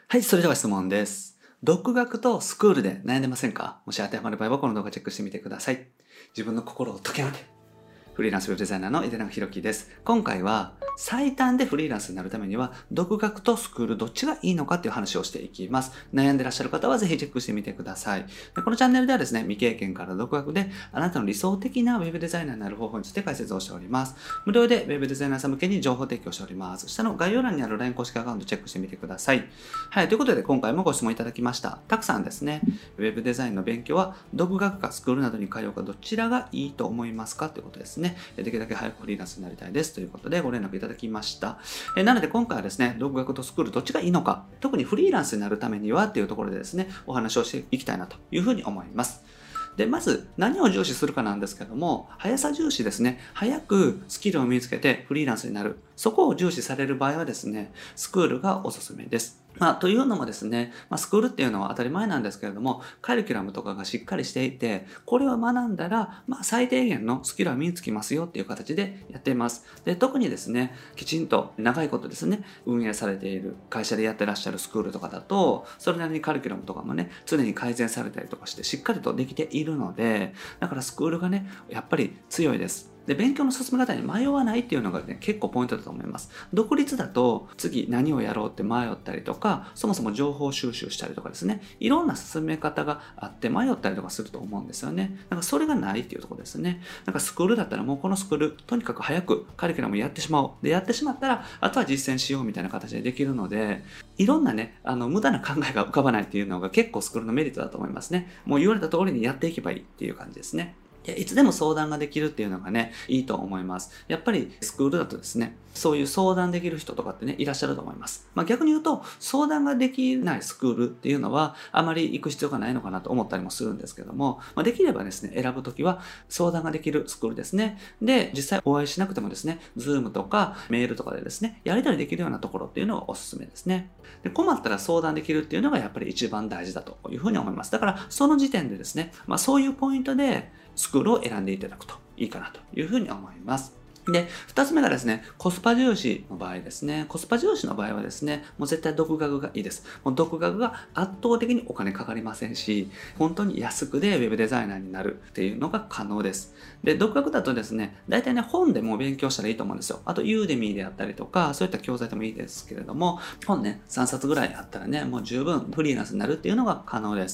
はい、それでは質問です。独学とスクールで悩んでませんか？もし当てはまる場合はこの動画チェックしてみてください。自分の心を解き放て。フリーランスウェブデザイナーの井手永宏樹です。今回は最短でフリーランスになるためには独学とスクールどっちがいいのかっていう話をしていきます。悩んでらっしゃる方はぜひチェックしてみてください。でこのチャンネルではですね、未経験から独学であなたの理想的なウェブデザイナーになる方法について解説をしております。無料でウェブデザイナーさん向けに情報提供しております。下の概要欄にある LINE 公式アカウントチェックしてみてください。はい、ということで今回もご質問いただきました。たくさんですね、ウェブデザインの勉強は独学かスクールなどに通うかどちらがいいと思いますかということですね。できるだけ早くフリーランスになりたいですということでご連絡いただきました。なので今回はですね、独学とスクールどっちがいいのか、特にフリーランスになるためにはっていうところでですね、お話をしていきたいなというふうに思います。で、まず何を重視するかなんですけども、速さ重視ですね。早くスキルを身につけてフリーランスになる。そこを重視される場合はですね、スクールがおすすめです。というのもですね、スクールっていうのは当たり前なんですけれども、カリキュラムとかがしっかりしていて、これを学んだら、最低限のスキルは身につきますよっていう形でやっています。で、特にですね、きちんと長いことですね、運営されている会社でやってらっしゃるスクールとかだと、それなりにカリキュラムとかもね、常に改善されたりとかして、しっかりとできているので、だからスクールがね、やっぱり強いです。で、勉強の進め方に迷わないっていうのがね、結構ポイントだと思います。独立だと、次何をやろうって迷ったりとか、そもそも情報収集したりとかですね、いろんな進め方があって迷ったりとかすると思うんですよね。なんかそれがないっていうところですね。なんかスクールだったらもうこのスクール、とにかく早くカリキュラムやってしまおう。で、やってしまったら、あとは実践しようみたいな形でできるので、いろんなね、無駄な考えが浮かばないっていうのが結構スクールのメリットだと思いますね。もう言われた通りにやっていけばいいっていう感じですね。いつでも相談ができるっていうのがね、いいと思います。やっぱりスクールだとですね、そういう相談できる人とかってね、いらっしゃると思います。逆に言うと、相談ができないスクールっていうのは、あまり行く必要がないのかなと思ったりもするんですけども、できればですね、選ぶときは相談ができるスクールですね。で、実際お会いしなくてもですね、Zoom とかメールとかでですね、やり取りできるようなところっていうのがおすすめですね。で、困ったら相談できるっていうのがやっぱり一番大事だというふうに思います。だから、その時点でですね、そういうポイントで、スクールを選んでいただくといいかなというふうに思います。で、二つ目がですね、コスパ重視の場合ですね。コスパ重視の場合はですね、もう絶対独学がいいです。もう独学が圧倒的にお金かかりませんし、本当に安くでウェブデザイナーになるっていうのが可能です。で、独学だとですね、大体ね、本でも勉強したらいいと思うんですよ。あと、ユーデミーであったりとか、そういった教材でもいいですけれども、本ね、3冊ぐらいあったらね、もう十分フリーランスになるっていうのが可能です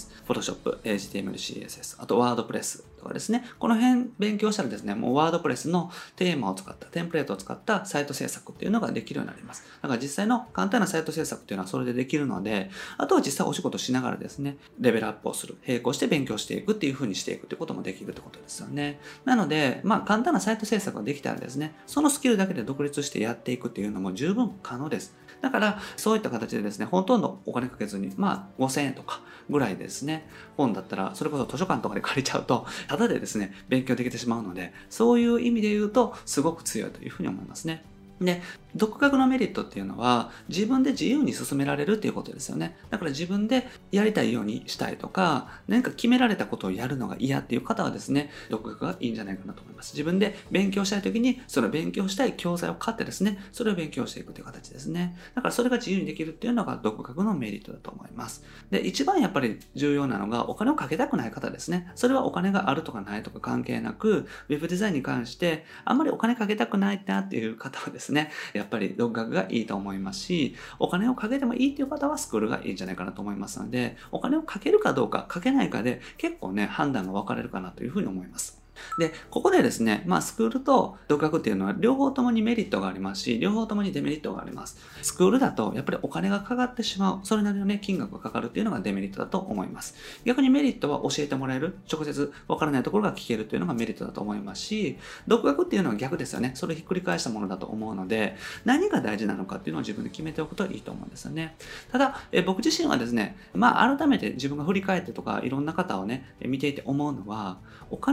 。Photoshop、HTML、CSS、あと WordPress とかですね。この辺勉強したらですね、もう WordPress のテーマを使った、テンプレートを使ったサイト制作っていうのができるようになります。だから実際の簡単なサイト制作っていうのはそれでできるので、あとは実際お仕事しながらですね、レベルアップをする、並行して勉強していくっていう風にしていくっていうこともできるってことですよね。なので、簡単なサイト制作ができたらですね、そのスキルだけで独立してやっていくっていうのも十分可能です。だから、そういった形でですね、ほとんどお金かけずに、5000円とかぐらいですね、本だったら、それこそ図書館とかで借りちゃうと、ただでですね、勉強できてしまうので、そういう意味で言うと、すごく強いというふうに思いますね。で、独学のメリットっていうのは自分で自由に進められるっていうことですよね。だから自分でやりたいようにしたいとか、何か決められたことをやるのが嫌っていう方はですね、独学がいいんじゃないかなと思います。自分で勉強したいときに、その勉強したい教材を買ってですね、それを勉強していくという形ですね。だからそれが自由にできるっていうのが独学のメリットだと思います。で、一番やっぱり重要なのがお金をかけたくない方ですね。それはお金があるとかないとか関係なく、ウェブデザインに関してあんまりお金かけたくないなっていう方はですね、やっぱり独学がいいと思いますし、お金をかけてもいいっていう方はスクールがいいんじゃないかなと思いますので、お金をかけるかどうかかけないかで結構ね、判断が分かれるかなというふうに思います。で、ここでですね、スクールと独学っていうのは両方ともにメリットがありますし、両方ともにデメリットがあります。スクールだとやっぱりお金がかかってしまう、それなりのね、金額がかかるっていうのがデメリットだと思います。逆にメリットは教えてもらえる、直接わからないところが聞けるっていうのがメリットだと思いますし、独学っていうのは逆ですよね。それをひっくり返したものだと思うので、何が大事なのかっていうのを自分で決めておくといいと思うんですよね。ただ、僕自身はですね、改めて自分が振り返ってとか、いろんな方をね、見ていて思うのは、お金っていうのは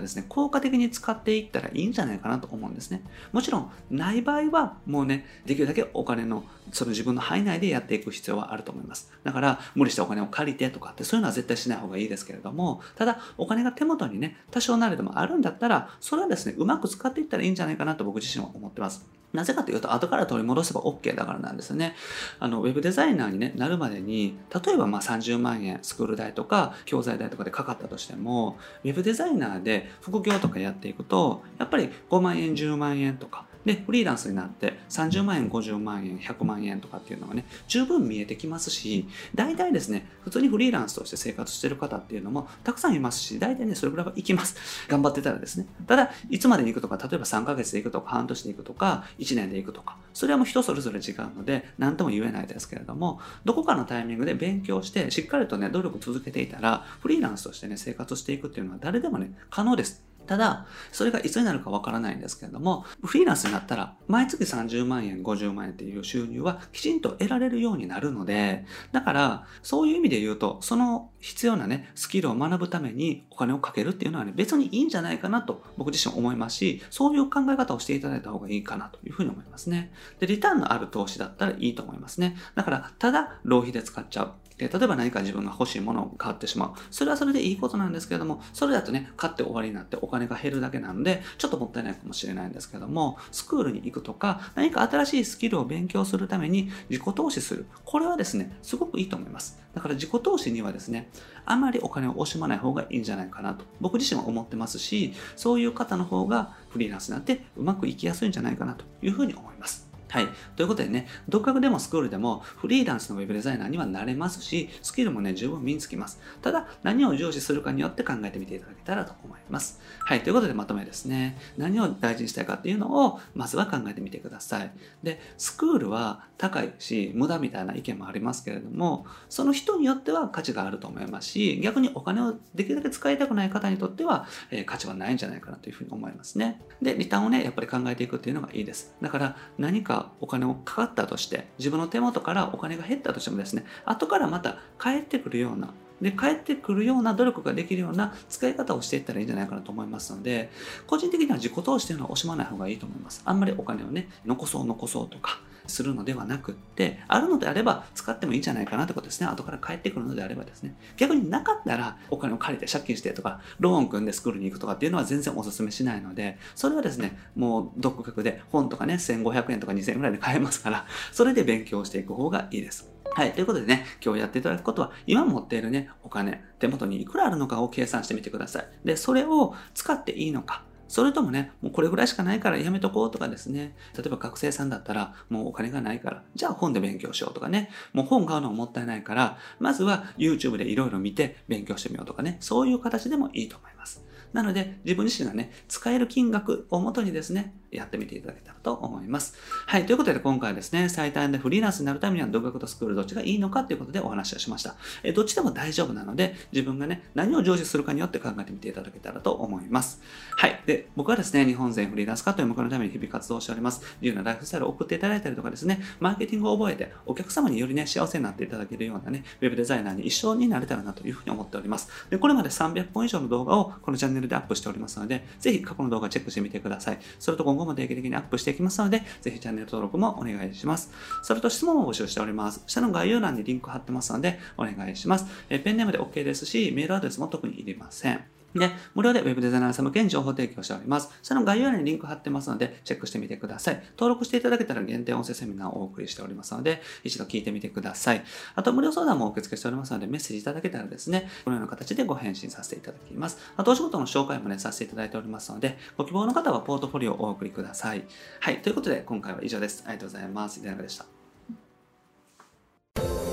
ですね、効果的に使っていったらいいんじゃないかなと思うんですね。もちろん、ない場合は、もうね、できるだけお金の、その自分の範囲内でやっていく必要はあると思います。だから、無理してお金を借りてとかって、そういうのは絶対しない方がいいですけれども、ただ、お金が手元にね、多少なりでもあるんだったら、それはですね、うまく使っていったらいいんじゃないかなと僕自身は思ってます。なぜかというと、後から取り戻せば OK だからなんですよね。ウェブデザイナーに、なるまでに、例えば30万円、スクール代とか、教材代とかでかかったとしても、ウェブデザイナーで副業とかやっていくと、やっぱり5万円、10万円とか、で、フリーランスになって30万円、50万円、100万円とかっていうのがね、十分見えてきますし、大体ですね、普通にフリーランスとして生活してる方っていうのもたくさんいますし、大体ね、それぐらいはいきます。頑張ってたらですね。ただ、いつまでに行くとか、例えば3ヶ月で行くとか、半年で行くとか、1年で行くとか、それはもう人それぞれ違うので、何とも言えないですけれども、どこかのタイミングで勉強して、しっかりとね、努力続けていたら、フリーランスとしてね、生活していくっていうのは誰でもね、可能です。ただ、それがいつになるかわからないんですけれども、フリーランスになったら、毎月30万円、50万円っていう収入はきちんと得られるようになるので、だから、そういう意味で言うと、その必要なね、スキルを学ぶためにお金をかけるっていうのはね、別にいいんじゃないかなと僕自身思いますし、そういう考え方をしていただいた方がいいかなというふうに思いますね。で、リターンのある投資だったらいいと思いますね。だから、ただ浪費で使っちゃう。で、例えば何か自分が欲しいものを買ってしまう。それはそれでいいことなんですけれども、それだとね、買って終わりになってお金が減るだけなので、ちょっともったいないかもしれないんですけども、スクールに行くとか、何か新しいスキルを勉強するために自己投資する。これはですね、すごくいいと思います。だから自己投資にはですね、あまりお金を惜しまない方がいいんじゃないかなと、僕自身は思ってますし、そういう方の方がフリーランスになってうまくいきやすいんじゃないかなというふうに思います。はい。ということでね、独学でもスクールでもフリーランスのウェブデザイナーにはなれますし、スキルもね、十分身につきます。ただ、何を重視するかによって考えてみていただけたらと思います。はい。ということでまとめですね。何を大事にしたいかっていうのを、まずは考えてみてください。で、スクールは高いし、無駄みたいな意見もありますけれども、その人によっては価値があると思いますし、逆にお金をできるだけ使いたくない方にとっては、価値はないんじゃないかなというふうに思いますね。で、リターンをね、やっぱり考えていくっていうのがいいです。だから、何かお金をかかったとして、自分の手元からお金が減ったとしてもですね、後からまた返ってくるような、で、返ってくるような努力ができるような使い方をしていったらいいんじゃないかなと思いますので、個人的には自己投資というのは惜しまない方がいいと思います。あんまりお金をね、残そうとか、するのではなくって、あるのであれば使ってもいいんじゃないかなってことですね。後から返ってくるのであればですね。逆になかったらお金を借りて借金してとか、ローン組んでスクールに行くとかっていうのは全然お勧めしないので、それはですね、もう独学で本とかね、1500円とか2000円ぐらいで買えますから、それで勉強していく方がいいです。はい。ということでね、今日やっていただくことは、今持っているね、お金、手元にいくらあるのかを計算してみてください。で、それを使っていいのか、それともね、もうこれぐらいしかないからやめとこうとかですね。例えば学生さんだったら、もうお金がないから、じゃあ本で勉強しようとかね。もう本買うのももったいないから、まずは YouTube でいろいろ見て勉強してみようとかね。そういう形でもいいと思います。なので、自分自身がね、使える金額をもとにですね、やってみていただけたらと思います。はい。ということで、今回はですね、最短でフリーランスになるためには、独学とスクールどっちがいいのかということでお話をしました。どっちでも大丈夫なので、自分がね、何を重視するかによって考えてみていただけたらと思います。はい。で、僕はですね、日本全フリーランス化という目標のために日々活動しております。自由なライフスタイルを送っていただいたりとかですね、マーケティングを覚えて、お客様によりね、幸せになっていただけるようなね、ウェブデザイナーに一生になれたらなというふうに思っております。で、これまで300本以上の動画をこのチャンネルでアップしておりますので、ぜひ過去の動画チェックしてみてください。それと今後も定期的にアップしていきますので、ぜひチャンネル登録もお願いします。それと質問を募集しております。下の概要欄にリンク貼ってますので、お願いします。ペンネームで OK ですし、メールアドレスも特にいりません。で、無料で Web デザイナーさん向けに情報提供しております。その概要欄にリンク貼ってますので、チェックしてみてください。登録していただけたら限定音声セミナーをお送りしておりますので、一度聞いてみてください。あと、無料相談も受付しておりますので、メッセージいただけたらですね、このような形でご返信させていただきます。あと、お仕事の紹介もね、させていただいておりますので、ご希望の方はポートフォリオをお送りください。はい、ということで、今回は以上です。ありがとうございます。井出永でした。